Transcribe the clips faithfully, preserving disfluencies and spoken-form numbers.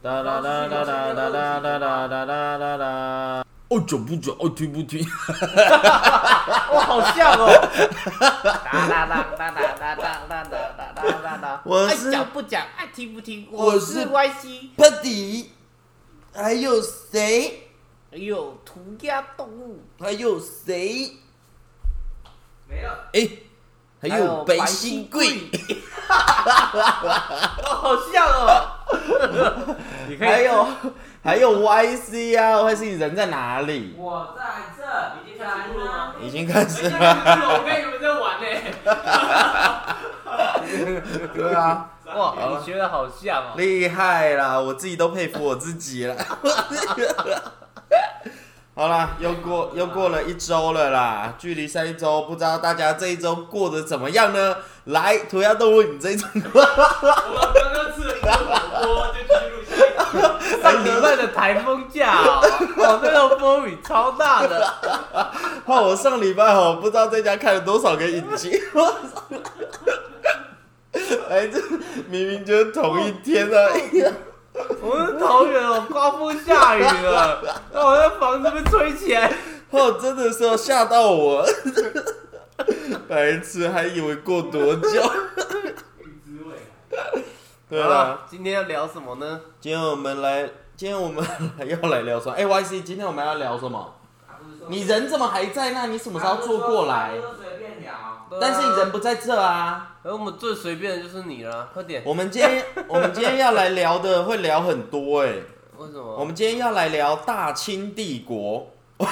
哒啦啦啦啦啦啦啦啦啦啦啦啦。哦，讲不讲？哦，听不听？ 哇，好像哦！哒哒哒哒哒哒哒哒哒哒哒哒。 我是爱讲不讲，爱听不听。 我是 Y C。 Buddy， 还有谁？ 还有涂鸦动物。 还有谁？ 没了。 哎，还有白新贵。 好像哦。你可以。 还有还有 Y C 啊 ，Y C 你人在哪里？ 我在这，已经开始录了吗？ 已经开始了。 我跟你们在玩呢。 对啊。 哇，你学的好像哦。 厉害啦，我自己都佩服我自己了。好啦，又过又过了一周了啦，距离上一周，不知道大家这一周过得怎么样呢？来，涂鸦动物，你这一周过？ 我刚刚吃了一顿火锅，就继续录下一集。上礼拜的台风假哦，哦，那个风雨超大的。 哦，我上礼拜哦，不知道在家看了多少个影集。哎，这明明就是同一天而已。 我们桃园哦，刮风下雨了，然后我在房子被吹起来， 哦，真的是吓到我，白痴，还以为过多久。对了， 今天要聊什么呢？ 今天我们来，今天我们要来聊什么？哎、欸、，Y C， 今天我们要聊什么？你人怎么还在那？你什么时候坐过来？但是你人不在这啊。 而我们最随便的就是你了，快点。 我们今天我们今天要来聊的会聊很多哎、欸。 为什么？ 我们今天要来聊大清帝国。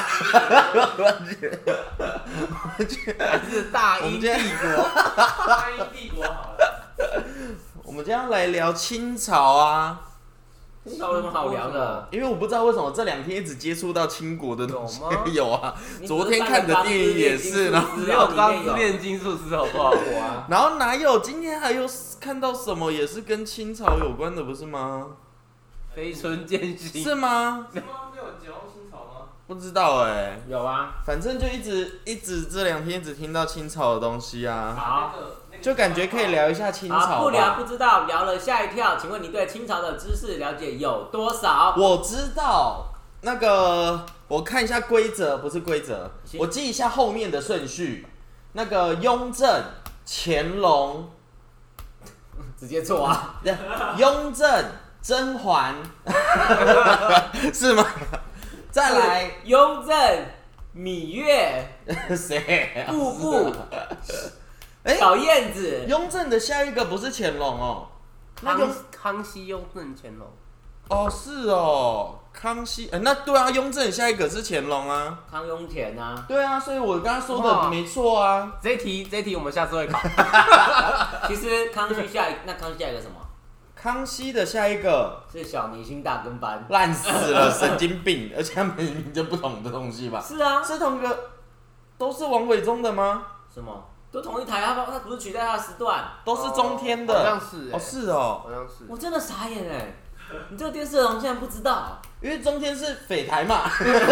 还是大英帝国？大英帝国好了。 我们今天要来聊清朝啊。 清朝有什么好聊的？ 因为我不知道为什么这两天一直接触到清国的东西。 有吗？ 有啊，昨天看的电影也是，然后只有钢之炼金术师好不好？ 然后哪有？今天还有看到什么也是跟清朝有关的，不是吗？ 飞春剑心是吗？ 是吗？没有讲到清朝吗？ 不知道哎、欸。 有啊， 反正就一直一直这两天只听到清朝的东西啊。 好。 就感觉可以聊一下清朝吧。 不聊不知道，聊了吓一跳。请问你对清朝的知识了解有多少？ 我知道，那个我看一下规则，不是规则，我记一下后面的顺序。那个雍正、乾隆， 直接错啊！ 雍正、甄嬛，是吗？再来， 雍正、芈月， 谁？ 步步。 欸、 小燕子， 雍正的下一个不是乾隆哦， 那个康熙、雍正、乾隆。 哦，是哦，康熙，欸、那对啊，雍正下一个是乾隆啊， 康雍乾啊， 对啊，所以我刚刚说的没错啊。 这一题，这一题我们下次会考。 其实康熙下一，那康熙下一个什么？ 康熙的下一个是小明星大跟班， 烂死了，神经病，而且他们明明就不同的东西吧？ 是啊， 是同个，都是王伟忠的吗？ 什么？都同一台，他他不是取代他的时段， 都是中天的， 好像是、欸， 哦是哦， 好像是。 我真的傻眼哎，你这个电视人竟然不知道， 因为中天是匪台嘛，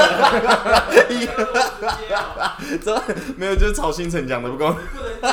这没有就是曹新成讲的不公，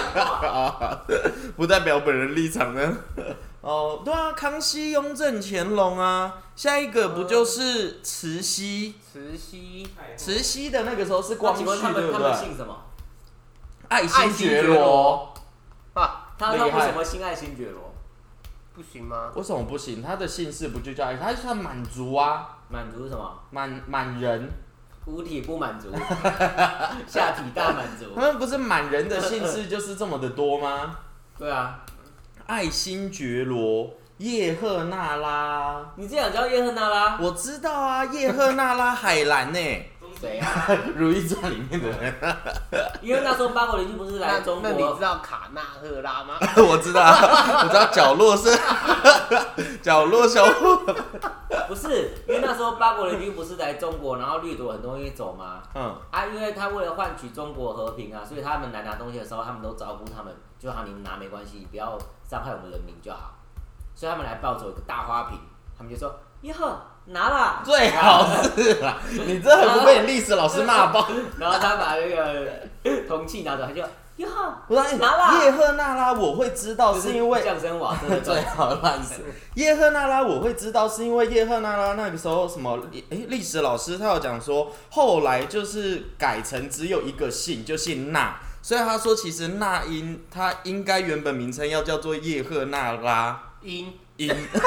不代表本人立场呢。哦，对啊，康熙、雍正、乾隆啊，下一个不就是慈禧？ 慈禧， 慈禧的那个时候是光绪， 请问他们他们姓什么？ 爱新觉罗啊， 他他为什么姓爱新觉罗？ 不行吗？ 为什么不行？他的姓氏不就叫爱？他是他满族啊。 满族是什么？ 满满人。 五体不满足，下体大满足。 他们不是满人的姓氏就是这么的多吗？ 对啊。 爱新觉罗、叶赫那拉。 你这样叫叶赫那拉？ 我知道啊，叶赫那拉海兰呢、欸。 谁啊？ 《如懿传》里面的人。 因为那时候八国联军不是来中国？ 那你知道卡纳赫拉吗？ 我知道，我知道角落是角落小伙。 不是，因为那时候八国联军不是来中国，然后掠夺很多东西走吗？嗯。啊，因为他为了换取中国和平啊，所以他们来拿东西的时候，他们都照顾他们，就好，你们拿没关系，不要伤害我们人民就好。所以他们来抱走一个大花瓶，他们就说：“哟呵。”拿了， 最好是啦，你这很不被你历史老师骂爆。 然后他把那个铜器拿走，他就哟， 不是叶赫那拉，我会知道是因为相声瓦真的最好烂死。叶赫那拉我会知道是因为叶赫那拉那个时候什么？哎，历史老师他有讲说，后来就是改成只有一个姓，就姓那，所以他说其实那英他应该原本名称要叫做叶赫那拉英。 音，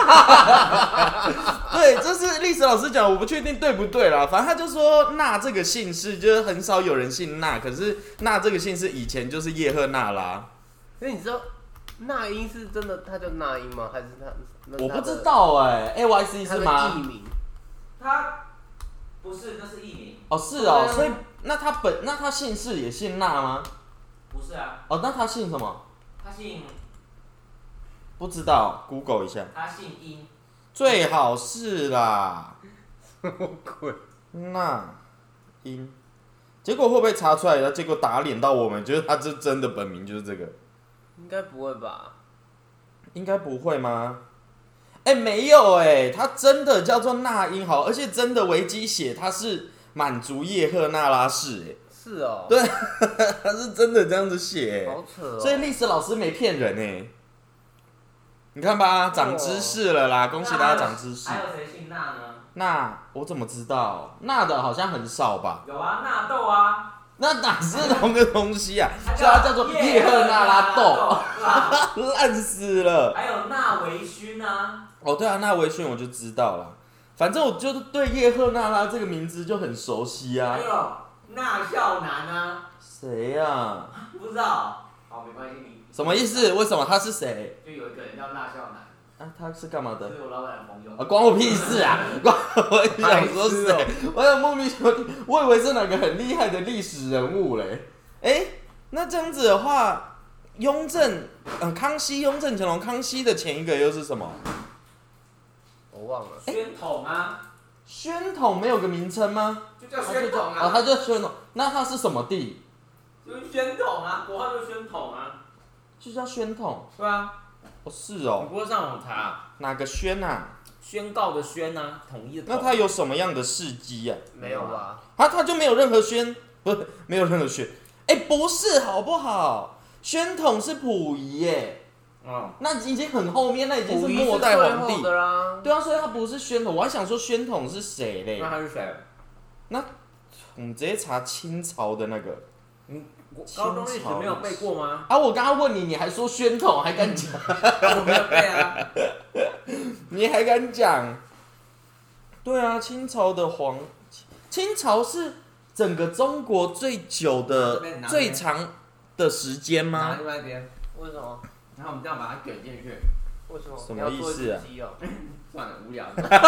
对，这是历史老师讲，我不确定对不对啦。反正他就说那这个姓氏就是很少有人姓那，可是那这个姓氏以前就是叶赫那拉。 那你知道那英是真的，他叫那英吗？还是他？ 我不知道哎、欸、，A Y C 是吗？ 艺名。 他不是，那是艺名。 哦，是哦，所以那他本那他姓氏也姓那吗？ 不是啊。 哦，那他姓什么？ 他姓。 不知道 ，Google 一下。 他姓殷， 最好是啦。 什么鬼？ 那殷，结果会不会查出来？然后结果打脸到我们，就是他这真的本名就是这个。 应该不会吧？ 应该不会吗？哎、欸，没有哎、欸，他真的叫做那英好，而且真的维基写他是满族叶赫那拉氏哎、欸。 是哦。 对，他是真的这样子写、欸。 好扯哦。 所以历史老师没骗人哎、欸。你看吧，长知识了啦！恭喜大家长知识。 还有谁姓纳呢？ 那我怎么知道？纳的好像很少吧？ 有啊，纳豆啊。 那哪是同个东西啊？所以它叫做叶赫那拉豆，烂死了。 还有纳维勋啊。 哦，对啊，纳维勋我就知道了。反正我就对叶赫那拉这个名字就很熟悉啊。 还有纳孝南啊。 谁呀、啊？ 不知道。好，没关系。 什么意思？为什么他是谁？ 就有一个人叫纳孝南。 啊，他是干嘛的？ 是我老板的朋友。 啊，关我屁事啊！关我想说谁？我有莫名其妙，我以为是哪个很厉害的历史人物嘞。哎、欸，那这样子的话，雍正，呃，康熙、雍正、乾隆，康熙的前一个又是什么？ 我忘了。 宣统啊。 宣统没有个名称吗？ 就叫宣统啊。 哦，他叫宣统。那他是什么帝？ 就是宣统啊，国号就宣统啊。 就叫宣统。 对啊。 哦，是哦。 你不会上网查？ 哪个宣啊？ 宣告的宣啊，统一的统。 那他有什么样的事迹啊？ 没有吧？ 他他就没有任何宣，不是没有任何宣。哎、欸，不是好不好？宣统是溥仪耶。嗯。那已经很后面，那已经是末代皇帝的啦。 对啊，所以他不是宣统。我还想说宣统是谁嘞？ 那他是谁？ 那我们直接查清朝的那个。 嗯。高中历史没有背过吗？ 啊！我刚刚问你，你还说宣统，还敢讲？ 我没有背啊。 你还敢讲？对啊，清朝的皇，清朝是整个中国最久的、最长的时间吗？ 拿另外一边。 为什么？ 然后我们这样把它卷进去。 为什么？ 什么意思啊？ 算了，无聊。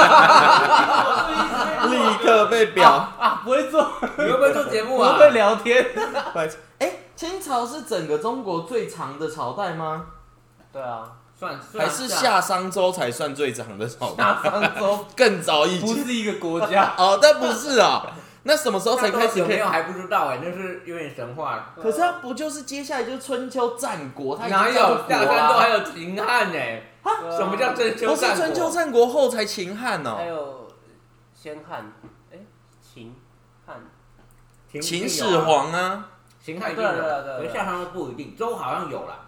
立刻被表啊，啊！不会做， 你会不会做节目啊？ 不会聊天。 哎、欸，清朝是整个中国最长的朝代吗？ 对啊， 算。 还是夏商周才算最长的朝代？ 夏商周更早以前。 不是一个国家哦，但不是啊。那什么时候才开始？ 有没有还不知道哎、欸，那是有点神话。 可是它不就是接下来就是春秋战国？它哪有夏商周还有秦汉呢、欸？啊？什么叫春秋战国？ 不是春秋战国后才秦汉哦。 还有先汉，哎、欸，秦汉， 秦始皇啊。 秦汉一定有，可是夏商周不一定，周好像有啦。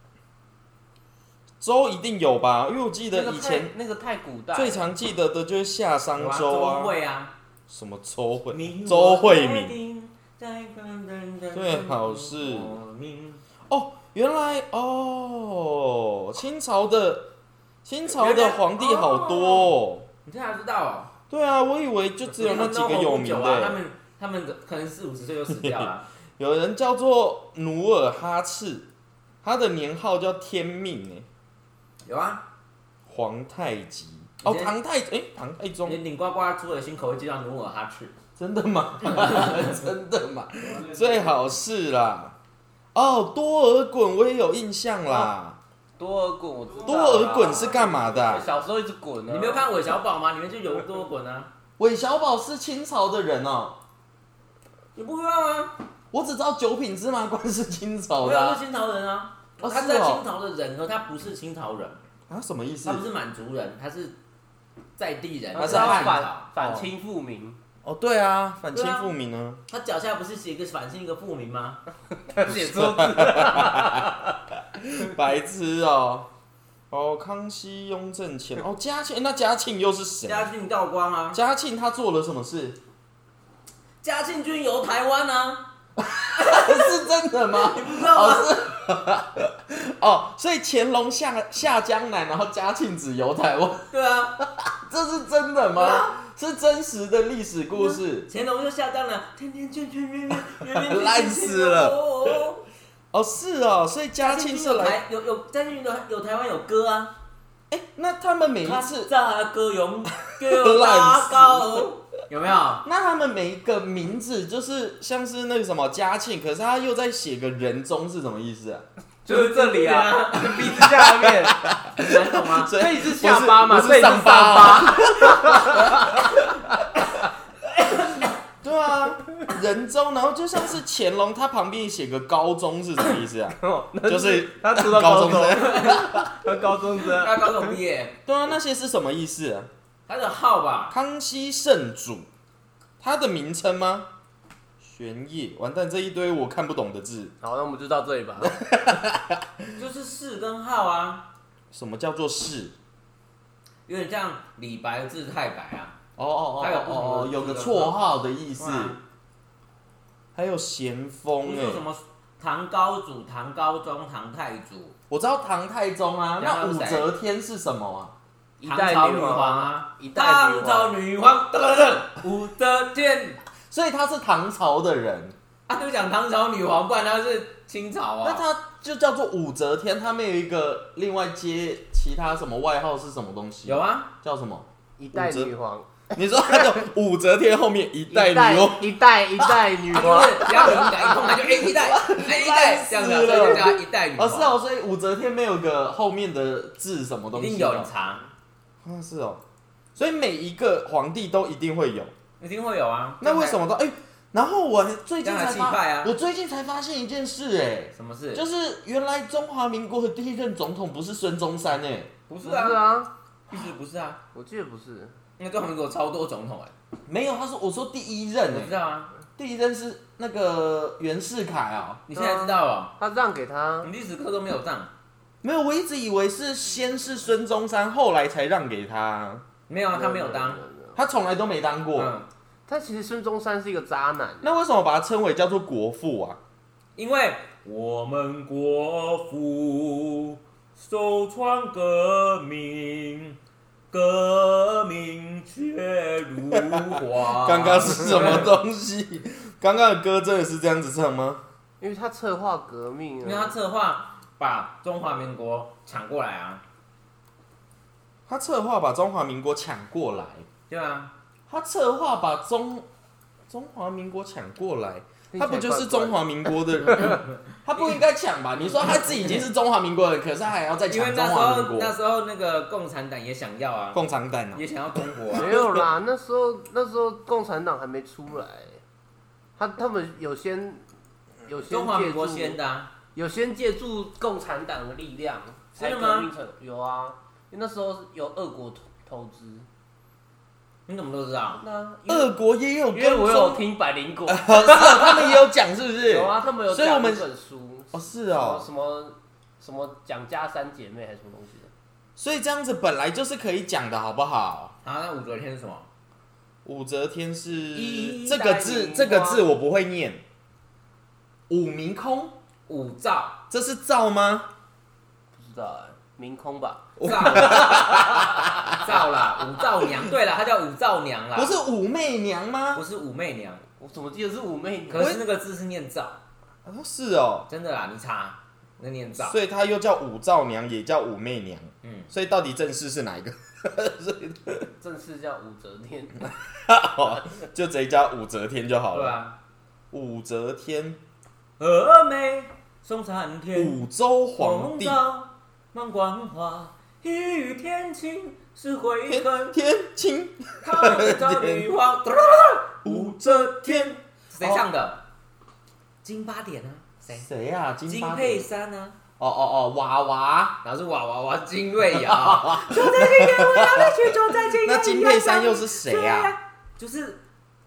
周一定有吧？因为我记得以前那个太古代， 最常记得的就是夏商周啊。 周会啊。 什么周慧？周慧敏，最好是哦，原来哦，清朝的清朝的皇帝好多、哦， 你现在知道哦？ 对啊，我以为就只有那几个有名的、 啊，他们他们可能四五十岁就死掉了。 有人叫做努尔哈赤，他的年号叫天命哎， 有啊， 皇太极。哦，唐太哎、欸，唐太宗， 连顶呱呱出了新口味，就叫努尔哈赤， 真的吗？真的吗？最好是啦。哦，多尔衮我也有印象啦。 多尔衮我知道。 多尔衮是干嘛的、啊？ 小时候一直滚啊。 你没有看韦小宝吗？里面就有多尔衮啊。 韦小宝是清朝的人哦。 你不知道吗？ 我只知道九品芝麻官是清朝的、 啊。他是清朝人啊。 哦、 他在清朝的人和他不是清朝人。 啊？什么意思？ 他不是满族人，他是。在地人， 他是要反反清复明哦，对啊，反清复明呢？ 他脚下不是写一个反清一个复明吗？ 他写错字， 白痴哦。哦，康熙、雍正前哦，嘉庆，那嘉庆又是谁？ 嘉庆道光啊。 嘉庆他做了什么事？ 嘉庆君游台湾啊。 是真的吗？ 你不知道吗？ 哦，哦，所以乾隆下下江南，然后嘉庆只游台湾。 对啊， 这是真的吗？啊、是真实的历史故事。 乾隆就下江南，天天圈圈圆圆圆圆， 烂死了。哦，是哦，所以嘉庆是来有有嘉庆有有台湾有歌啊。 哎、欸，那他们每一次大歌咏歌大高，有没有？ 那他们每一个名字就是像是那个什么嘉庆，可是他又在写个仁宗是什么意思啊？ 就是这里啊，鼻子下面， 很难懂吗？ 这里是下巴嘛， 这里是上巴。对啊，仁宗，然后就像是乾隆，他旁边写个高宗是什么意思啊？就是他读到高中生，他高中生， 他高中毕业。 对啊，那些是什么意思啊？ 他的号吧？ 康熙圣祖，他的名称吗？玄烨，完蛋，这一堆我看不懂的字。 好，那我们就到这里吧。 就是谥跟号啊。 什么叫做谥？ 有点像李白字太白啊。 哦哦哦哦，有个绰号的意思。还有咸丰哎。 什么唐高祖、唐高宗、唐太祖？ 我知道唐太宗啊，那武则天是什么啊？ 唐朝女皇啊，唐朝女皇，武则天。 所以他是唐朝的人。 啊，就讲唐朝女皇，不然他是清朝啊。 那他就叫做武则天，他们有一个另外接其他什么外号是什么东西？ 有啊， 叫什么？ 一代女皇。 你说那个武则天后面一代女皇， 一代一代女皇， 只要你改一通，他就哎一代哎一代这样子，所以就叫一代女皇。 哦是哦，所以武则天没有个后面的字什么东西？ 一定有，你查。 啊是哦，所以每一个皇帝都一定会有， 一定会有啊。 那为什么都哎？然后我最近才发， 啊、 我最近才发现一件事哎， 什么事？ 就是原来中华民国的第一任总统不是孙中山哎， 不是啊， 不是啊， 其实不是啊， 我记得不是。 因为中华民国超多总统哎、 欸，没有，他说我说第一任哎、欸， 我知道啊， 第一任是那个袁世凯啊、喔， 你现在知道了？ 他让给他， 你历史课都没有上。 没有，我一直以为是先是孙中山，后来才让给他。 没有啊，他没有当， 他从来都没当过。 嗯， 他其实孙中山是一个渣男。 那为什么把他称为叫做国父啊？ 因为我们国父首创革命。革命却如花。 刚刚是什么东西？刚刚的歌真的是这样子唱吗？ 因为他策划革命、啊， 因为他策划把中华民国抢过来啊。 他策划把中华民国抢过来。 对啊。 他策划把中中华民国抢过来。他不就是中华民国的人？他不应该抢吧？你说他自己已经是中华民国人，可是他还要再抢中华民国。 那时候那个共产党也想要啊， 共产党啊， 也想要中国啊。 没有啦，那时候那时候共产党还没出来，他他们有先有先中华民国先的、啊， 有先借助共产党的力量才革命成。有啊，因为那时候有俄国投资。 你怎么都知道？ 俄国也有跟， 因为我有听百灵果， 是啊，他们也有讲，是不是？ 有啊，他们有讲一本书。 哦，是哦， 什么什么讲家三姐妹还是什么东西的？ 所以这样子本来就是可以讲的，好不好？ 啊，那武则天是什么？ 武则天是这个字，这个字我不会念。武明空， 武曌， 这是曌吗？ 不知道哎、欸，明空吧。 曌啦，武曌娘。对了，她叫武曌娘啦。 不是武媚娘吗？ 不是武媚娘， 我怎么记得是武媚娘？ 可是那个字是念曌。 哦，是哦， 真的啦，你查，那念曌。 所以她又叫武曌娘，也叫武媚娘。 嗯， 所以到底正式是哪一个？ 正式叫武则天。 就直接叫武则天就好了。 对啊， 武则天。 峨眉送参天， 武周皇帝。 满关花，一语天晴是悔恨。 天晴。 唐朝女皇武则天，谁唱的？金八点啊，谁？ 谁啊？金金佩珊啊。 哦哦哦，娃娃， 然后是娃娃娃金瑞瑶。就在今夜，我要再去，就在今夜。 那金佩珊又是谁啊？ 就是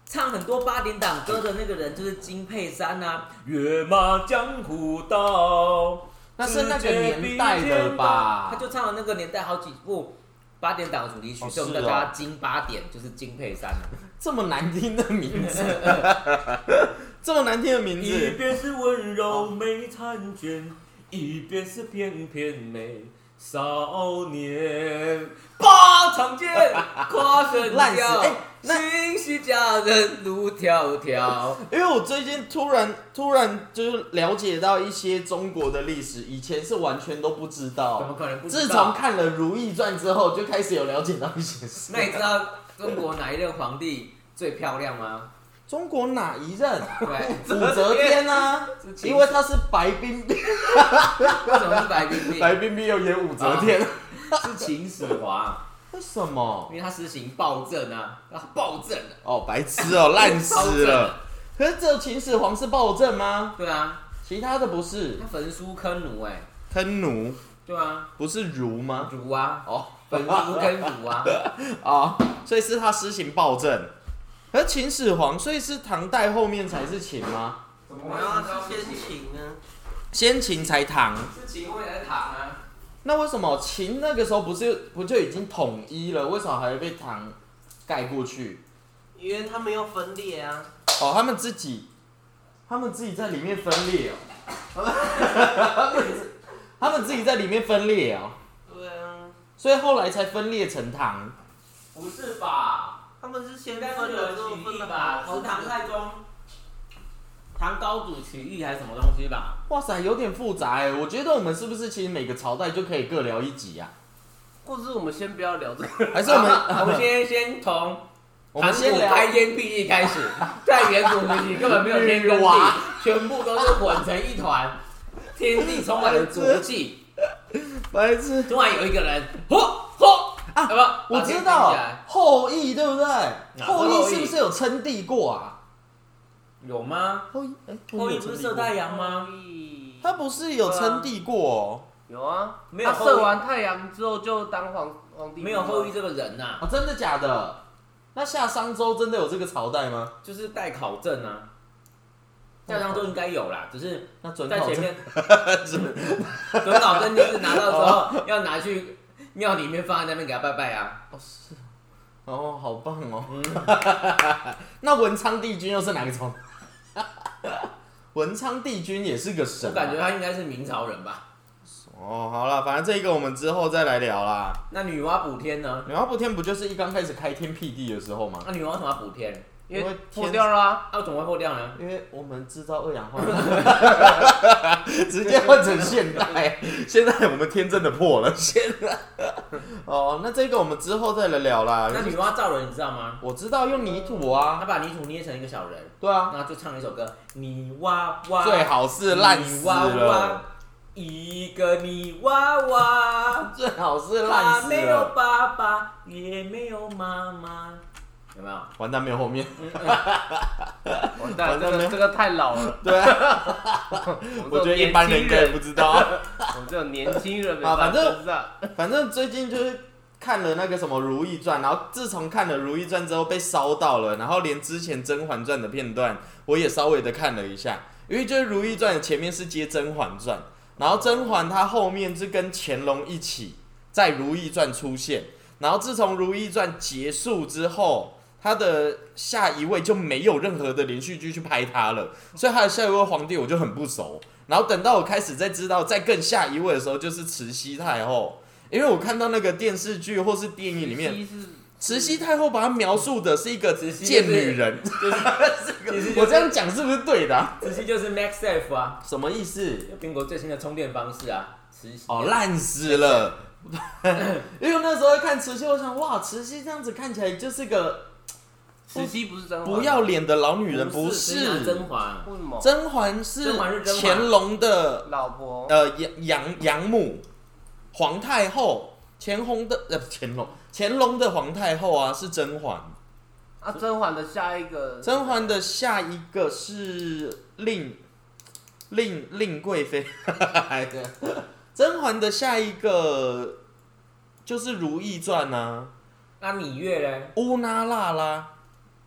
唱很多八点档歌的那个人就是金佩珊啊，跃马江湖道。 那是那个年代的吧？ 他就唱了那个年代好几部八点档主题曲，所以我们叫他金八点，就是金佩珊。 这么难听的名字，这么难听的名字。 一边是温柔没残倦，一边是翩翩美少年。八长剑，跨身跳，心系佳人路迢迢。 因为我最近突然突然就是了解到一些中国的历史，以前是完全都不知道。 怎么可能不知道？ 自从看了《如懿传》之后，就开始有了解到一些事。 那你知道中国哪一任皇帝最漂亮吗？ 中国哪一任？ 对， 武则天啊，因为她是白冰冰。 为什么是白冰冰？ 白冰冰有演武则天。 是秦始皇。 为什么？ 因为他实行暴政啊，他暴政了。 哦，白痴哦，烂死了。可是只有秦始皇是暴政吗？ 对啊， 其他的不是。 他焚书坑儒哎。 坑儒？ 对啊。 不是儒吗？ 儒啊。 哦， 焚书坑儒啊。 啊，所以是他施行暴政。可是秦始皇，所以是唐代后面才是秦吗？ 怎么会是先秦呢？ 先秦才唐。 是秦后面才唐啊。 那为什么秦那个时候不是不就已经统一了？为什么还会被唐盖过去？ 因为他们要分裂啊。 哦，他们自己，他们自己在里面分裂哦。他们自己在里面分裂哦。 对啊。 所以后来才分裂成唐。 不是吧？ 他们是先分了之后分了吧？是唐太宗。唐高祖起义还是什么东西吧？ 哇塞，有点复杂哎！我觉得我们是不是其实每个朝代就可以各聊一集啊？ 或者是我们先不要聊这个， 还是我们我们先先从盘古开天辟地开始，在远古时期根本没有天跟地，全部都是混成一团，天地充满了浊气。 白痴！ 突然有一个人，嚯嚯啊！有没有？ 我知道后羿对不对？后羿是不是有称帝过啊？ 有吗？ 后羿，哎， 后羿不是射太阳吗？ 他不是有称帝过哦？ 有啊， 没有。 他射完太阳之后就当皇皇帝。 没有后羿这个人呐。 啊，真的假的？那下商周真的有这个朝代吗？ 就是待考证啊。下商周应该有啦，只是那准在前面。准考证就是拿到之后要拿去庙里面放在那边给他拜拜啊。 哦是。哦，好棒哦。那文昌帝君又是哪个朝？文昌帝君也是个神、啊， 我感觉他应该是明朝人吧。 哦，好了，反正这个我们之后再来聊啦。 那女娲补天呢？ 女娲补天不就是一刚开始开天辟地的时候吗？ 那女娲为什么要补天？ 因为破掉了啊！ 啊，怎么会破掉呢？ 因为我们制造二氧化碳，直接换成现代。现在我们天真的破了，现在。哦，那这个我们之后再来聊啦。 那女娲造人你知道吗？ 我知道，用泥土啊。 她把泥土捏成一个小人。 对啊。 然后就唱了一首歌，泥娃娃。 最好是烂死了。 泥娃娃，一个泥娃娃。 最好是烂死了。 他没有爸爸，也没有妈妈。有没有？ 完蛋，没有后面。 完蛋，这个这个太老了。 对啊，我觉得一般人应该不知道。 我们这种年轻人啊， 反正反正最近就是看了那个什么《如懿传》，然后自从看了《如懿传》之后被烧到了，然后连之前《甄嬛传》的片段我也稍微的看了一下，因为就是《如懿传》前面是接《甄嬛传》，然后甄嬛她后面是跟乾隆一起在《如懿传》出现，然后自从《如懿传》结束之后。他的下一位就没有任何的连续剧去拍他了，所以他的下一位皇帝我就很不熟。然后等到我开始在知道再更下一位的时候，就是慈禧太后，因为我看到那个电视剧或是电影里面，慈禧太后把她描述的是一个贱女人，就是我这样讲是不是对的、啊？ 慈禧就是 MagSafe 啊， 什么意思？ 苹果最新的充电方式啊，慈禧哦，烂死了。因为那时候看慈禧，我想哇，慈禧这样子看起来就是个。 慈禧不是甄嬛， 不要脸的老女人，不是甄嬛。 为什么？ 甄嬛是乾隆的老婆， 呃，养养养母，皇太后。乾隆的呃，乾隆乾隆的皇太后啊，是甄嬛。 啊，甄嬛的下一个， 甄嬛的下一个是令令令贵妃。甄嬛的下一个就是《如懿传》啊。 那芈月嘞？ 乌拉那拉。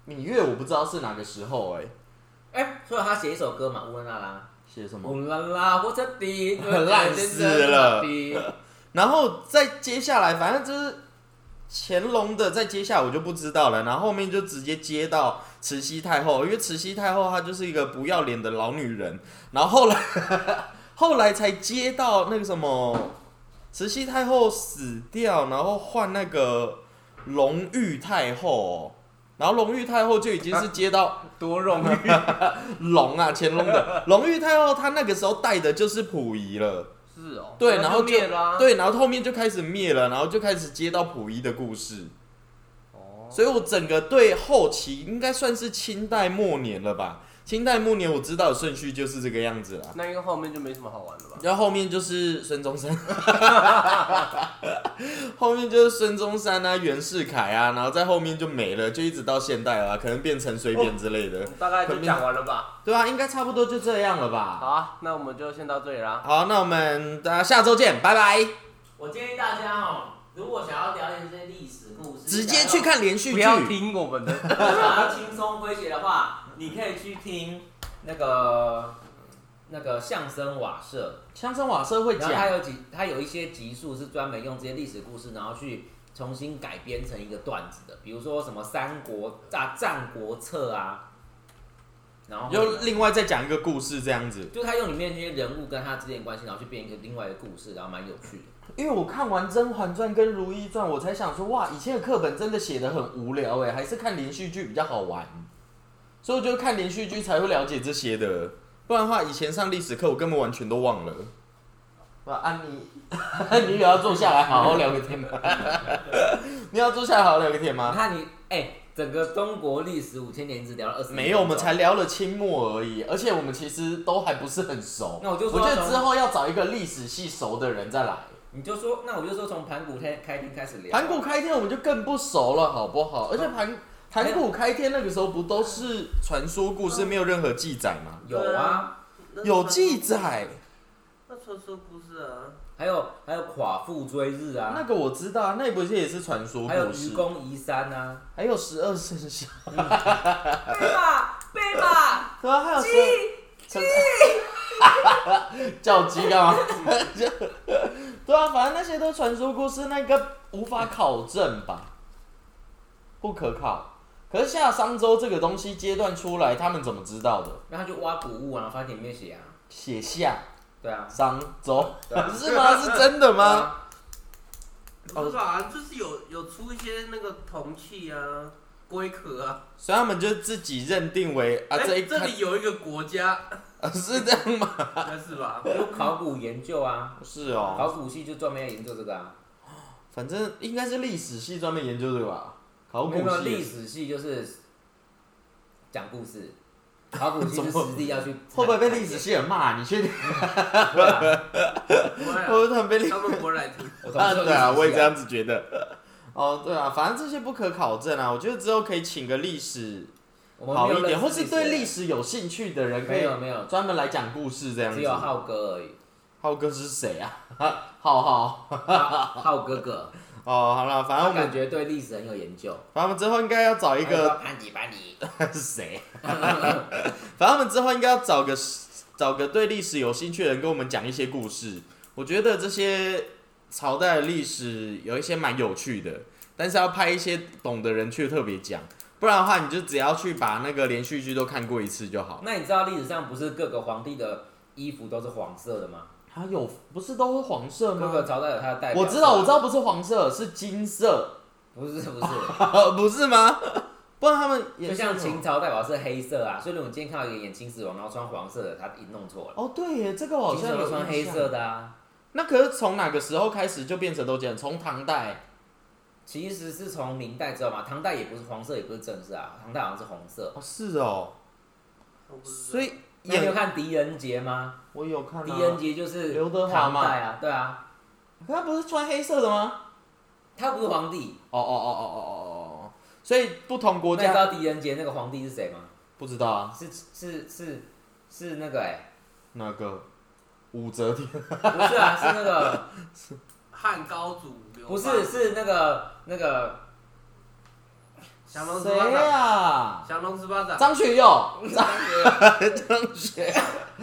芈月我不知道是哪个时候哎、 欸。哎、欸，所以他写一首歌嘛，乌拉拉拉。 写什么？ 乌拉拉，火车底， 烂死了。然后再接下来，反正就是乾隆的，再接下来我就不知道了。然后后面就直接接到慈禧太后，因为慈禧太后她就是一个不要脸的老女人。然后后来后来才接到那个什么，慈禧太后死掉，然后换那个隆裕太后。然后隆裕太后就已经是接到、啊、 多荣誉隆啊，乾隆的隆裕太后，她那个时候带的就是溥仪了。 是哦， 对，然后就灭了、啊， 对，然后后面就开始灭了，然后就开始接到溥仪的故事。哦，所以我整个对后期应该算是清代末年了吧。清代末年我知道的顺序就是这个样子啦。 那应该后面就没什么好玩了吧？ 然后后面就是孙中山，后面就是孙中山啊、袁世凯啊，然后在后面就没了，就一直到现代了，可能变陈水扁之类的。 哦、大概就讲完了吧？ 对啊，应该差不多就这样了吧？ 好啊，那我们就先到这里啦。 好，那我们大家下周见，拜拜。 我建议大家哦，如果想要了解这些历史故事， 直接去看连续剧， 不要听我们的。 想要轻松诙谐的话。你可以去听那个那个相声瓦舍， 相声瓦舍会讲， 然后它有几，它有一些集数是专门用这些历史故事，然后去重新改编成一个段子的，比如说什么三国啊、战国策啊，然后又另外再讲一个故事这样子， 就他用里面这些人物跟他之间的关系，然后去编一个另外一个故事，然后蛮有趣的。 因为我看完《甄嬛传》跟《如懿传》，我才想说，哇，以前的课本真的写得很无聊哎，还是看连续剧比较好玩。所以我就看连续剧才会了解这些的，不然的话，以前上历史课我根本完全都忘了。啊，你你也要坐下来好好聊个天吗？你要坐下来好好聊个天吗？ 你看你，哎、欸，整个中国历史五千年只聊了二十。 没有，我们才聊了清末而已，而且我们其实都还不是很熟。 那我就说， 我觉得之后要找一个历史系熟的人再来。 你就说，那我就说从盘古开开天开始聊。 盘古开天我们就更不熟了，好不好？而且盘。盘古开天那个时候不都是传说故事，没有任何记载吗？ 有啊， 有记载。 那传说故事啊， 还有还有寡妇追日啊， 那个我知道，那不是也是传说故事？ 还有愚公移山啊， 还有十二生肖。 嗯、贝马贝马， 对啊，还有鸡鸡， 叫鸡干嘛？对啊，反正那些都传说故事，那个无法考证吧，不可考。可是下商周这个东西阶段出来，他们怎么知道的？ 那他就挖古物啊，发现里面写啊， 写下。 对啊， 商周， 对啊、 是吗？是真的吗？ 不是吧，就是有有出一些那个铜器啊、龟壳啊， 所以他们就自己认定为啊， 欸、 这一这里有一个国家， 啊、是这样吗？ 应该是吧？ 有考古研究啊， 是哦， 考古系就专门研究这个啊。 反正应该是历史系专门研究这个吧。考古系没有历史系就是讲故事，考古系是实地要去。 会不会被历史系人骂？你确定？ 不会啊， 会不会他们被历？ 他们不会来听。 啊，对啊，我也这样子觉得。哦，对啊，反正这些不可考证啊，我觉得之后可以请个历史好一点，或是对历史有兴趣的人，可以专门来讲故事这样子。 只有浩哥而已。 浩哥是谁啊？浩浩。 浩哥哥。 哦，好了，反正我感觉对历史很有研究。 反正我们之后应该要找一个班底班底是谁？反正我们之后应该要找个找个对历史有兴趣的人跟我们讲一些故事。我觉得这些朝代的历史有一些蛮有趣的，但是要派一些懂的人去特别讲，不然的话你就只要去把那个连续剧都看过一次就好。 那你知道历史上不是各个皇帝的衣服都是黄色的吗？ 它有不是都是黄色吗？ 各个朝代有它的代表。 我知道，我知道不是黄色，是金色。 不是不是， 不是吗？不然他们就像秦朝代表是黑色啊，所以如果你今天看到一个演秦始皇，然后穿黄色的，他一弄错了。 哦，对耶，这个我好像有穿黑色的啊。 那可是从哪个时候开始就变成都这样？从唐代？ 其实是从明代之后嘛，唐代也不是黄色，也不是正色啊，唐代好像是红色。 哦，是哦。所以。 你有看狄仁杰吗？ 我有看、啊。 狄仁杰就是刘德华嘛， 啊，对啊。 可他不是穿黑色的吗？ 他不是皇帝。 哦哦哦哦哦哦哦。所以不同国家。 那你知道狄仁杰那个皇帝是谁吗？ 不知道啊。 是是是是那个哎、欸。 哪个？武则天。 不是啊，是那个汉高祖。 不是，是那个那个。 谁啊？ 啦？ 降龙十八掌。 张学友，张张学，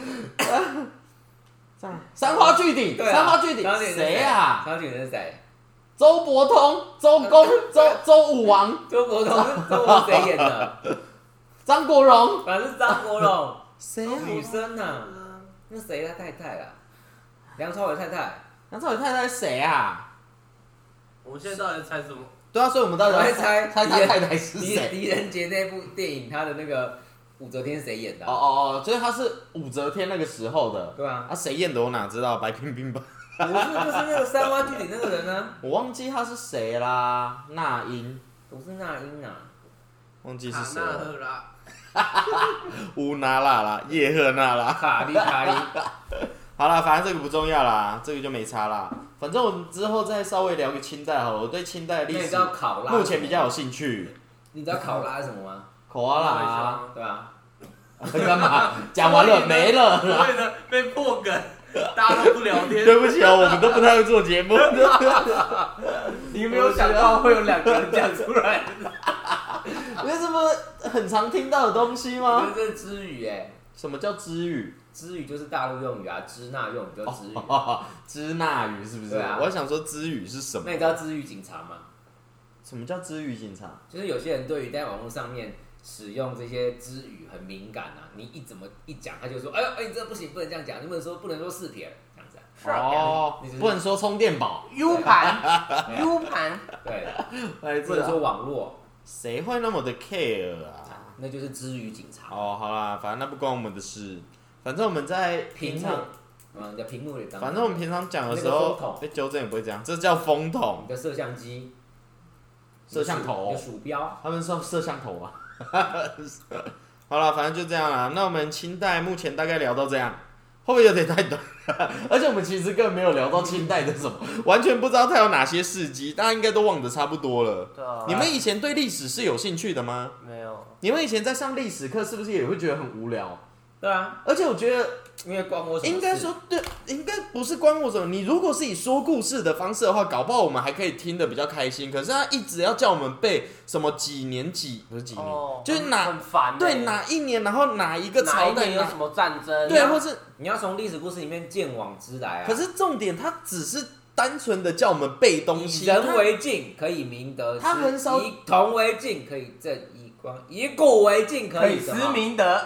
三花聚顶，三花聚顶，谁啊？ 三花聚顶是谁？ 周伯通、周公、周周武王。 周伯通，周伯通谁演的？ 张国荣。 反正是张国荣。 谁啊？ 女生啊？那谁他太太啦？梁朝伟太太。 梁朝伟太太是谁啊？ 我们现在到底猜什么？ 对啊，所以我们到底在猜猜他太太是谁？ 狄仁杰那部电影，他的那个武则天是谁演的、啊？ 哦哦哦，所以他是武则天那个时候的。 对啊。 啊，谁演的我哪知道？白冰冰吧。 不是，就是那个三花聚顶那个人呢、啊。 我忘记他是谁啦，那英。 不是那英啊。 忘记是谁了。 乌那拉啦，叶赫那拉。 卡利卡利。 好啦，反正这个不重要啦，这个就没差啦。反正我们之后再稍微聊个清代好了，我对清代历史目前比较有兴趣。 你知道考拉是什么吗？ 考拉啦， 对啊。 干嘛？讲完了没了？ 为了被破梗，大家都不聊天。 对不起啊，我们都不太会做节目。 你没有想到会有两个人讲出来？ 有什么很常听到的东西吗？ 这是支语哎。 什么叫支语？ 支语就是大陆用语啊，支那用语叫支语。 哦，支那语是不是？ 对啊。 我还想说支语是什么？ 那你知道支语警察吗？ 什么叫支语警察？ 就是有些人对于在网络上面使用这些支语很敏感啊，你一怎么一讲，他就说，哎呦，哎，你这不行，不能这样讲，你不能说不能说四撇这样子、啊。 是哦，不能说充电宝 ，U 盘 ，U 盘， 对，不能说网络。 谁会那么的 care 啊？ 那就是支语警察。 哦，好啦，反正那不关我们的事。反正我们在平常，嗯，在屏幕里。 反正我们平常讲的时候，被纠正也不会这样，这叫风筒。 你的摄像机， 摄像头， 鼠标， 他们说摄像头啊。好了，反正就这样啦。那我们清代目前大概聊到这样，会不会有点太短？而且我们其实根本没有聊到清代的什么，完全不知道它有哪些事迹，大家应该都忘得差不多了。 对啊。 你们以前对历史是有兴趣的吗？ 没有。 你们以前在上历史课，是不是也会觉得很无聊？ 对啊。 而且我觉得， 因为关我什么事？ 应该说对，应该不是关我什么。你如果是以说故事的方式的话，搞不好我们还可以听得比较开心。可是他一直要叫我们背什么几年几不是几年，哦、就是哪很烦、欸。 对，哪一年，然后哪一个朝代有什么战争？ 对，或是你要从历史故事里面见往知来啊。 可是重点，他只是单纯的叫我们背东西。 以人为镜，可以明得失； 他很少以铜为镜，可以正衣光；以古为镜，可以思明德。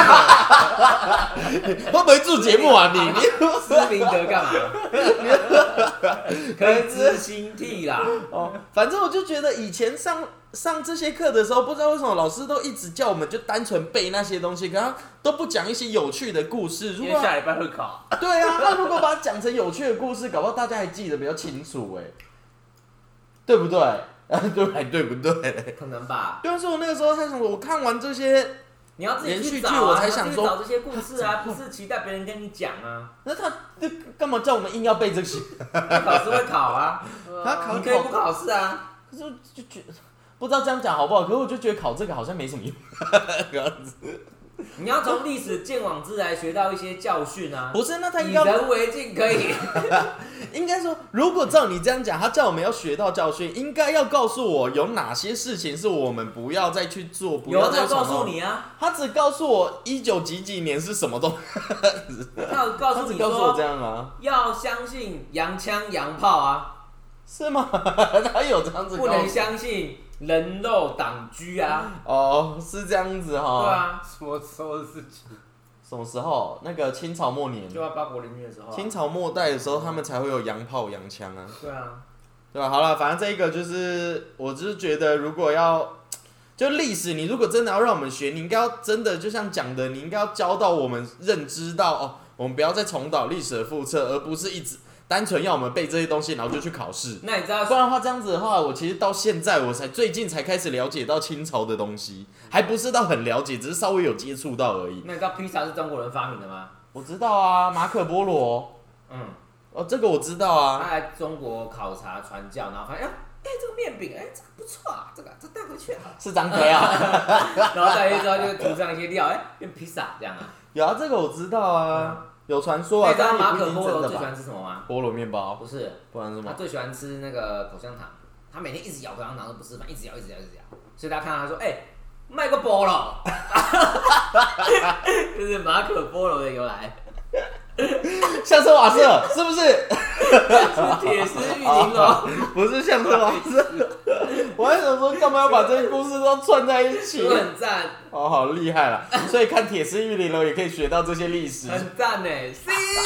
会不会做节目啊你？你思明德干嘛？可以知兴替啦。 哦，反正我就觉得以前上上这些课的时候，不知道为什么老师都一直叫我们就单纯背那些东西，可他都不讲一些有趣的故事。如果下礼拜会考。 对啊，那如果把它讲成有趣的故事，搞不好大家还记得比较清楚哎，对不对？对，还对不对？ 可能吧。 对啊，所以我那个时候在想说，我看完这些。 你要自己去找、啊、我才想说找这些故事啊，不是期待别人跟你讲啊。 那他干嘛叫我们硬要背这些？ 考试会考啊， 他考你可以不考试啊。 可是就觉得不知道这样讲好不好，可是我就觉得考这个好像没什么用。这样子。 你要从历史见往知来学到一些教训啊。 不是，那他应该以人为镜可以。 应该说，如果照你这样讲，他叫我们要学到教训，应该要告诉我有哪些事情是我们不要再去做，不要再有告诉你啊。 他只告诉我一九几几年是什么东西。 他有告诉你说， 他只告诉我这样啊， 要相信洋枪洋炮啊。 是吗？他有这样子告诉， 不能相信人肉党居啊。 哦，是这样子哈。 对啊， 什么时候的事情？ 什么时候？那个清朝末年， 就要八国联军的时候、啊。 清朝末代的时候，他们才会有洋炮、洋枪啊。 对啊， 对吧？好了，反正这一个就是，我就是觉得，如果要就历史，你如果真的要让我们学，你应该要真的就像讲的，你应该要教到我们认知到哦，我们不要再重蹈历史的覆辙，而不是一直单纯要我们背这些东西，然后就去考试。 那你知道， 不然的话，这样子的话，我其实到现在我才最近才开始了解到清朝的东西，还不是到很了解，只是稍微有接触到而已。 那你知道披萨是中国人发明的吗？ 我知道啊，马可波罗。 嗯， 哦，这个我知道啊。 他来中国考察传教，然后发现，哎、欸，这个面饼，哎、欸，这个不错啊，这个这带回去啊。 是张飞啊。 然后带回去之后就涂上一些料，哎、欸，变披萨这样啊。 有啊，这个我知道啊。嗯，有传说啊， 你知道马可波罗最喜欢吃什么吗？ 菠萝面包。 不是， 不然是什么？ 他最喜欢吃那个口香糖，他每天一直咬口香糖都不吃饭，一直咬，一直咬，一直咬。所以大家看到他说，哎、欸， 卖个菠萝，就是马可波罗的由来。 相车瓦舍是不是？ 是铁丝玉玲珑， 不是相车瓦舍。我还想说，干嘛要把这些故事都串在一起？ 很赞， 哦，好厉害啦！所以看铁丝玉玲珑也可以学到这些历史， 很赞呢。C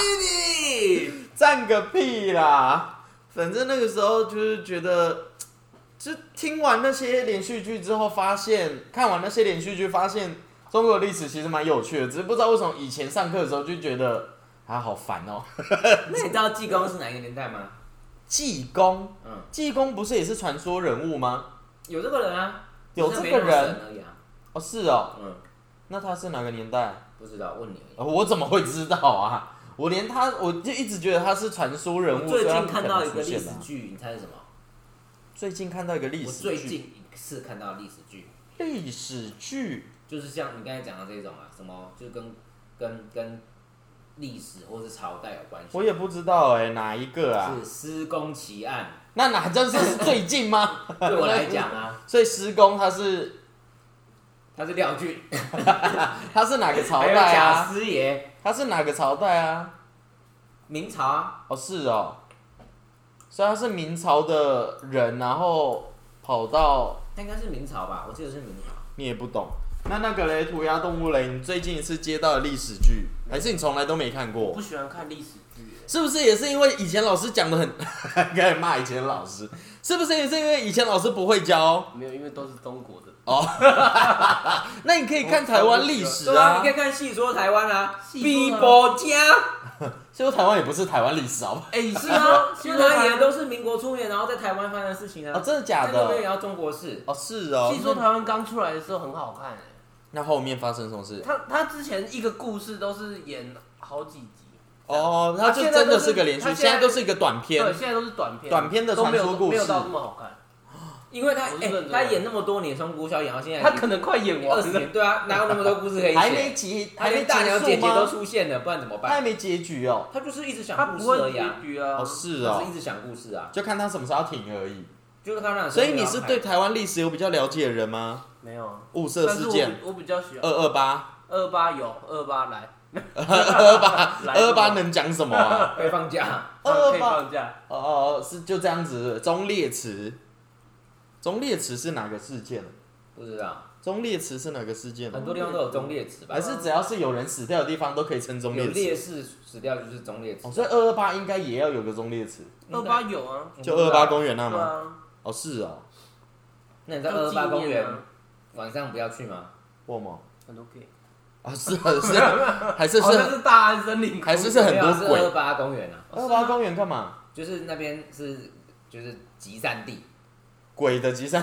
D， 赞个屁啦！反正那个时候就是觉得，就听完那些连续剧之后，发现看完那些连续剧，发现中国的历史其实蛮有趣的，只是不知道为什么以前上课的时候就觉得啊好烦哦。 那你知道济公是哪一个年代吗？ 济公， 嗯， 济公不是也是传说人物吗？ 有这个人啊， 有这个人而已啊。 哦，是哦， 嗯， 那他是哪个年代？ 不知道，问你而已。 呃我怎么会知道啊？我连他，我就一直觉得他是传说人物。 最近看到一个个历史剧，你猜是什么？ 最近看到一个历史剧。 我最近一次看到历史剧。 历史剧就是像你刚才讲的这种啊，什么就跟跟跟历史或是朝代有关系。 我也不知道哎、欸，哪一个啊？ 是施工奇案。 那哪真是最近吗？ 对我来讲啊， 所以施工他是他是廖俊， 他是哪个朝代还有啊？ 贾师爷， 他是哪个朝代啊？ 明朝啊。 哦，是哦，所以他是明朝的人，然后跑到他应该是明朝吧？我记得是明朝。 你也不懂。那那个嘞，涂鸦动物嘞，你最近一次接到的历史剧，还是你从来都没看过？ 我不喜欢看历史剧， 是不是也是因为以前老师讲的很，开始骂以前的老师？是不是也是因为以前老师不会教？ 没有，因为都是中国的。 哦，那你可以看台湾历史对啊， 啊， 你可以看《戏说台湾》啊，《 戏说碧波家》。 戏说台湾也不是台湾历史好不好？ 哎、 是啊，因为他演的都是民国初年，然后在台湾发生的事情啊。 哦，真的假但是没有的？ 演到中国事。 哦，是哦。 戏说台湾刚出来的时候很好看哎、 那后面发生什么事？ 他他之前一个故事都是演好几集。 哦，它就真的是个连续，现在都是一个短片。 对，现在都是短片。 短片的传说故事没有到这么好看。 因为他哎、欸，他演那么多年，从国小演到现在， 他可能快演完二十年，对啊，哪有那么多故事可以写？ 还没结， 还连大鸟姐姐都出现了，不然怎么办？ 他还没结局哦。 他就是一直他想故不会结事而已啊。 局啊。 哦，是哦， 是一直想故事啊， 就看他什么时候要停而已。 就是看那。 所以你是对台湾历史有比较了解的人吗？ 没有啊。 雾社事件， 我, 我比较喜欢二二八， 二八有二八来， 二二八，二二八能讲什么啊？ 可以放假， 可以二二八放假。 哦哦，是就这样子。忠烈祠，忠烈祠是哪个事件？ 不知道。 忠烈祠是哪个事件？ 很多地方都有忠烈祠吧？ 还是只要是有人死掉的地方都可以称忠烈有祠？ 烈士死掉就是忠烈祠。 哦，所以二二八应该也要有个忠烈祠。 二八有啊。 就二二八公园那吗？ 对啊。 哦，是哦。 那你在二二八公园晚上不要去吗？ 为什么？ 很多 gay。 啊，是是，还是好像是是大安森林， 还是是很多鬼。 二二八公园啊。 二二八公园干嘛？ 就是那边是就是集散地。 鬼的集散。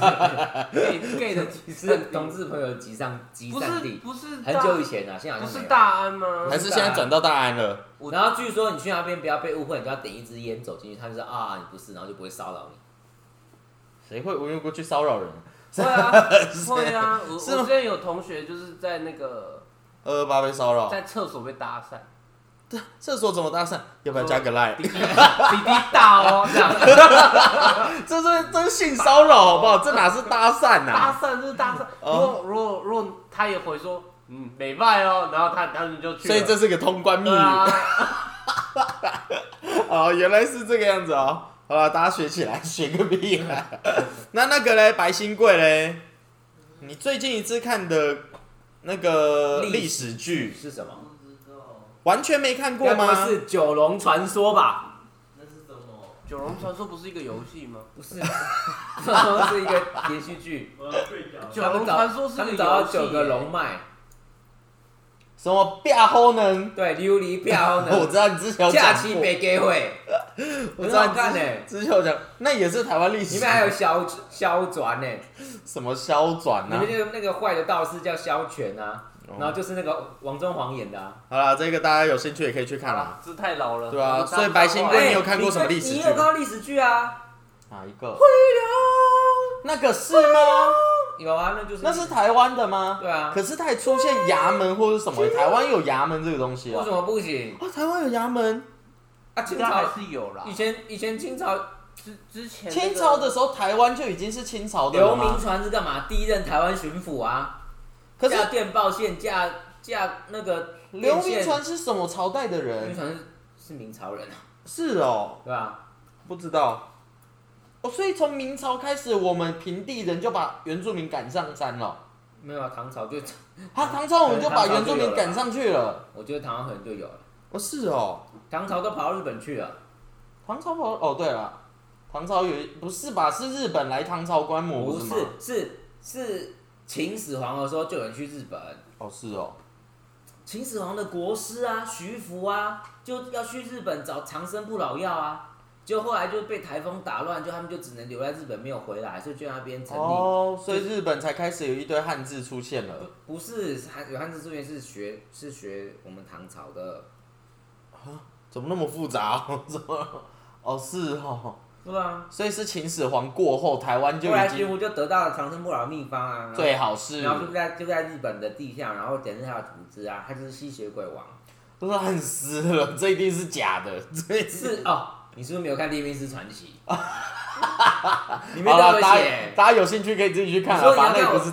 gay gay 的集散是同志朋友的集散集不是散地。 不是很久以前啊，现在好不是像没有。 大安吗？ 还是现在转到大安了？ 然后据说你去那边不要被误会，你就要点一支烟走进去，他就说啊你不是，然后就不会骚扰你。 谁会无缘无故去骚扰人？ 会啊，会啊！我我是吗之前有同学就是在那个二二八被骚扰， 在厕所被搭讪， 厕所怎么搭讪？要不要加个 line？ 弟弟大哦，这样。 这是这是性骚扰好不好？这哪是搭讪搭啊？ 讪就是搭讪。如哦果如果如果他也回说嗯美拜哦，然后他他们就去了。 所以这是个通关密语。 对啊。 哦，原来是这个样子哦。好了，大家学起来，学个屁啊！那那个嘞，白新贵嘞，你最近一次看的那个历史剧是什么？ 完全没看过吗？ 该不会是九龙传说吧？ 那是什么？九龙传说不是一个游戏吗？ 不是，传说是一个连续剧。 九龙传说是一个游戏。 他们找到九个龙脉。 什么变后呢？ 对，琉璃变后呢？ 我知道你之前有假讲过， 期没给会， 我知道很好看呢。 之前有讲，那也是台湾历史。 里面还有萧萧转呢。 什么萧转啊？ 里面那个那个坏的道士叫萧全啊，然后就是那个王中皇演的啊。 好啦，这个大家有兴趣也可以去看啦。 这太老了。 对啊，所以白新贵你有看过什么历史剧？ 你有看到历史剧啊？ 哪一个？那个是吗？ 有啊，那就是那是台湾的吗？ 对啊。 可是它还出现衙门或者什么？台湾有衙门这个东西啊？ 为什么不行？ 啊，台湾有衙门啊，清朝还是有啦。 以前以前清朝之之前、那个、清朝的时候，台湾就已经是清朝的了吗？ 刘铭传是干嘛？第一任台湾巡抚啊，可是架电报线，架架那个刘铭传是什么朝代的人？ 刘铭传是是明朝人啊。 是哦， 对吧？ 不知道。哦，所以从明朝开始，我们平地人就把原住民赶上山了。 没有啊，唐朝就， 他唐朝我们就把原住民赶上去了。 我觉得唐朝可能就有了。 哦，是哦。 唐朝都跑到日本去了。 唐朝跑哦，对了，唐朝有不是吧？是日本来唐朝观摩， 不是吗？ 是是秦始皇的时候就有人去日本。 哦，是哦。 秦始皇的国师啊，徐福啊，就要去日本找长生不老药啊。就后来就被台风打乱，就他们就只能留在日本，没有回来，所以就在那边成立。 哦，所以日本才开始有一堆汉字出现了。 不, 不是汉有汉字出现是学是学我们唐朝的。 啊？怎么那么复杂？怎么？哦，是哦。 对啊。 所以是秦始皇过后，台湾就已经。 后来徐福就得到了长生不老的秘方啊。 最好是。 然后就在就在日本的地下，然后点燃他的土质啊，他就是吸血鬼王。 烂死了，这一定是假的。这是哦。你是不是没有看《猎命师传奇》？里面都有写， 大家有兴趣可以自己去看啊。反正不是，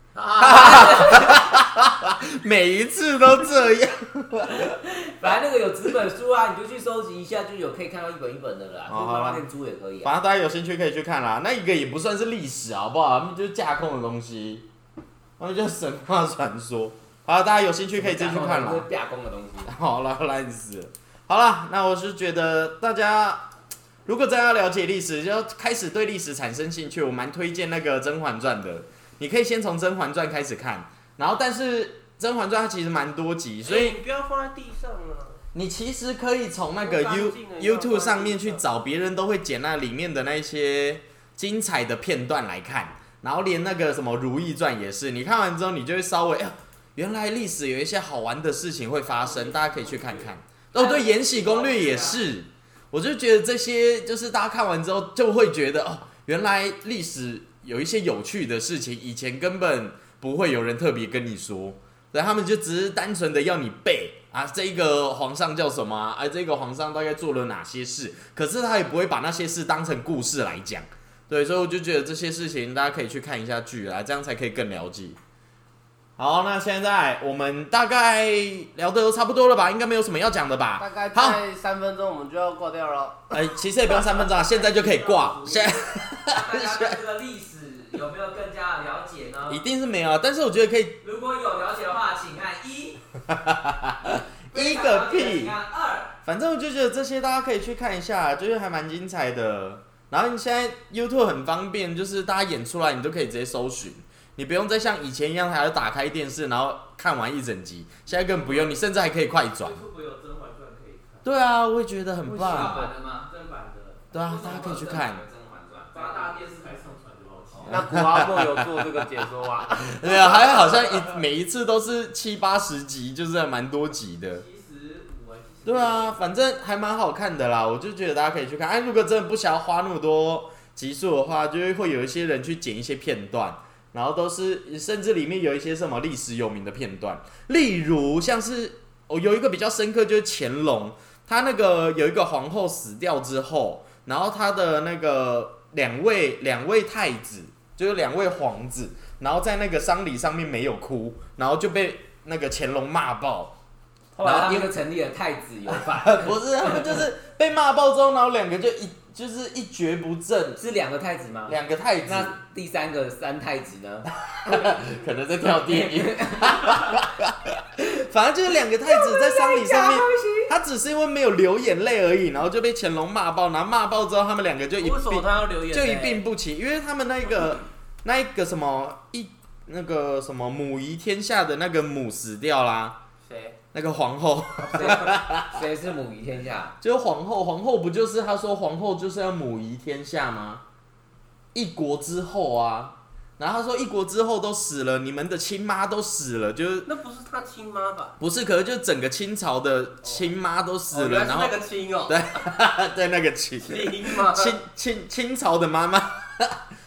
每一次都这样。 反正那个有纸本书啊，你就去收集一下，就有可以看到一本一本的啦。去漫画店租也可以、啊。 反正大家有兴趣可以去看啦。那一个也不算是历史，好不好？他们就是架空的东西，他们就是神话传说。好，大家有兴趣可以自己去看啦。 是架空的东西。 好了，烂死了。好了，那我是觉得大家。如果真要了解历史，就开始对历史产生兴趣，我蛮推荐那个《甄嬛传》的。你可以先从《甄嬛传》开始看，然后但是《甄嬛传》它其实蛮多集，所以、欸、 你不要放在地上了。 你其实可以从那个 You YouTube 上面去找，别人都会剪那里面的那些精彩的片段来看，然后连那个什么《如懿传》也是，你看完之后你就会稍微，哎、原来历史有一些好玩的事情会发生，大家可以去看看。哦，对，《延禧攻略》也是。我就觉得这些就是大家看完之后就会觉得哦，原来历史有一些有趣的事情，以前根本不会有人特别跟你说，对，他们就只是单纯的要你背啊，这个皇上叫什么啊，啊这个皇上大概做了哪些事，可是他也不会把那些事当成故事来讲，对，所以我就觉得这些事情大家可以去看一下剧啦，这样才可以更了解。好，那现在我们大概聊的都差不多了吧？应该没有什么要讲的吧？ 大概在三分钟我们就要挂掉了。 哎、欸，其实也不用三分钟啊，现在就可以挂。现在大家对这个历史有没有更加的了解呢？ 一定是没有啊，但是我觉得可以。 如果有了解的话，请按一。 一个屁！ 按二。 反正我就觉得这些大家可以去看一下，就是还蛮精彩的。然后你现在 YouTube 很方便，就是大家演出来你都可以直接搜寻。你不用再像以前一样还要打开电视，然后看完一整集。现在根本不用，你甚至还可以快转。对啊，我也觉得很棒。 正版的吗？正版的。 对啊，大家可以去看。 八大电视台上传就好奇。 那古阿莫有做这个解说啊？ 对啊，还好像一每一次都是七八十集，就是还蛮多集的。对啊，反正还蛮好看的啦，我就觉得大家可以去看。哎、啊，如果真的不想要花那么多集数的话，就会有一些人去剪一些片段。然后都是，甚至里面有一些什么历史有名的片段，例如像是我、哦、有一个比较深刻，就是乾隆，他那个有一个皇后死掉之后，然后他的那个两位两位太子，就是两位皇子，然后在那个丧礼上面没有哭，然后就被那个乾隆骂爆。 后来他们就成立了太子有饭， 不是他们就是被骂爆之后，然后两个就一就是一蹶不振。 是两个太子吗？ 两个太子。 那第三个三太子呢？ 可能在跳电影。反正就是两个太子在丧礼上面，他只是因为没有流眼泪而已，然后就被乾隆骂爆，然后骂爆之后，他们两个就一并就一并不起，因为他们那个那一个什么一那个什么母仪天下的那个母死掉啦。 谁？ 那个皇后。 谁是母仪天下？ 就是皇后，皇后不就是他说皇后就是要母仪天下吗？一国之后啊，然后他说一国之后都死了，你们的亲妈都死了，就是那不是他亲妈吧？ 不是，可是就整个清朝的亲妈都死了， 哦、 然后那个亲哦， 对，对那个亲亲妈， 清清清朝的妈妈。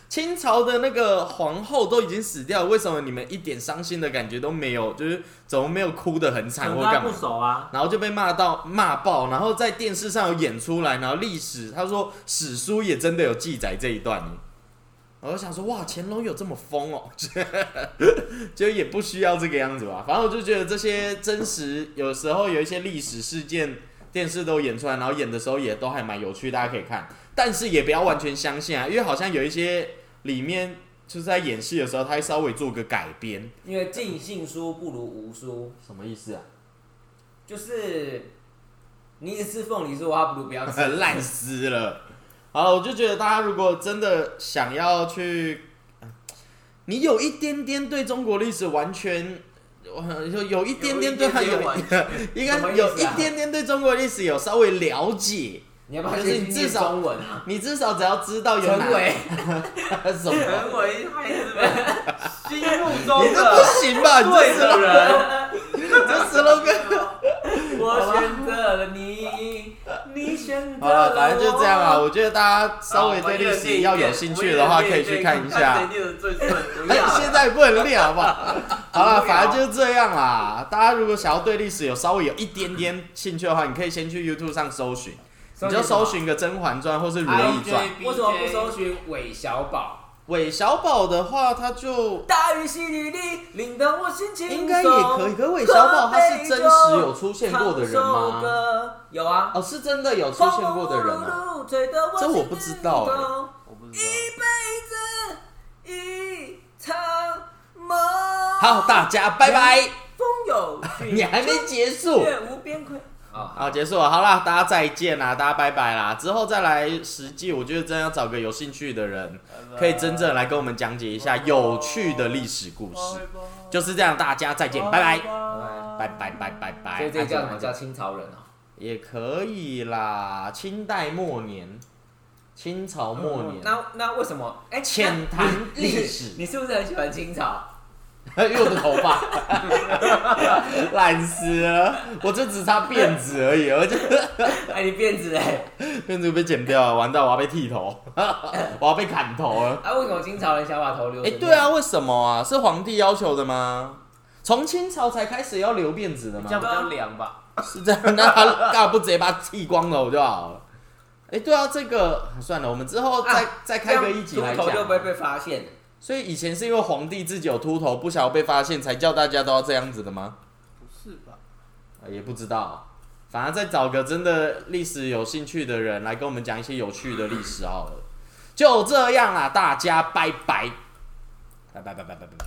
清朝的那个皇后都已经死掉了，为什么你们一点伤心的感觉都没有？就是怎么没有哭得很惨或干嘛？ 不熟啊， 然后就被骂到骂爆，然后在电视上有演出来，然后历史他说史书也真的有记载这一段。我就想说，哇，乾隆有这么疯哦，就也不需要这个样子吧。反正我就觉得这些真实，有时候有一些历史事件，电视都演出来，然后演的时候也都还蛮有趣，大家可以看。但是也不要完全相信啊，因为好像有一些里面就是在演戏的时候，他会稍微做个改编。 因为尽信书不如无书， 什么意思啊？ 就是你一直吃凤梨酥，我不如不要吃， 烂死了。好，我就觉得大家如果真的想要去，你有一点点对中国历史完全，有有一点点对它有，应该有一点点对中国历史有稍微了解。 你要不要就是你至少中文啊？ 你至少只要知道有哪陈伟， 什么？ 陈伟孩子们心目中你这的不行吧？你对这的人， 这 slogan。 我选择了你，你选择好了， 了反正就这样啊。 我我觉得大家稍微对历史要有兴趣的话，可以去看一下。 谁念的最顺？ 现在不能练好不好？好了，反正就是这样啦。大家如果想要对历史有稍微有一点点兴趣的话，你可以先去 YouTube 上搜寻，你就搜寻个《甄嬛传》或是《如懿传》。 为什么不搜寻韦小宝？ 韦小宝的话，他就大雨淅沥沥，淋得我心情应该也可以。可是韦小宝他是真实有出现过的人吗？ 有啊， 哦，是真的有出现过的人啊。这我不知道哎、欸，我不知道。 一辈子一场梦。 好，大家拜拜。 风有你还没结束。 月无边亏。 好，结束了。好啦，大家再见啦，大家拜拜啦。之后再来实际，我觉得真的要找个有兴趣的人，可以真正来跟我们讲解一下有趣的历史故事。就是这样，大家再见，拜拜，拜拜拜拜拜。 所以这叫什么叫清朝人啊？ 也可以啦，清代末年，清朝末年。 那那为什么？哎， 浅谈历史。 你是不是很喜欢清朝？ 因为我的头发烂死了，我就只差辫子而已，而且哎，你辫子哎， 辫子被剪掉了，完蛋，我要被剃头，我要被砍头了。 啊，为什么清朝人想把头留？ 哎、欸，对啊，为什么啊？是皇帝要求的吗？从清朝才开始要留辫子的吗？ 这样比较凉吧？ 是这样，那他干嘛不直接把它剃光头就好了？哎、欸，对啊，这个算了，我们之后再、啊、再开个一集来讲。 秃头就不会被发现。 所以以前是因为皇帝自己有秃头，不想要被发现，才叫大家都要这样子的吗？ 不是吧？ 也不知道，反正再找个真的历史有兴趣的人来跟我们讲一些有趣的历史好了。就这样啦，大家拜拜，拜拜拜拜拜拜。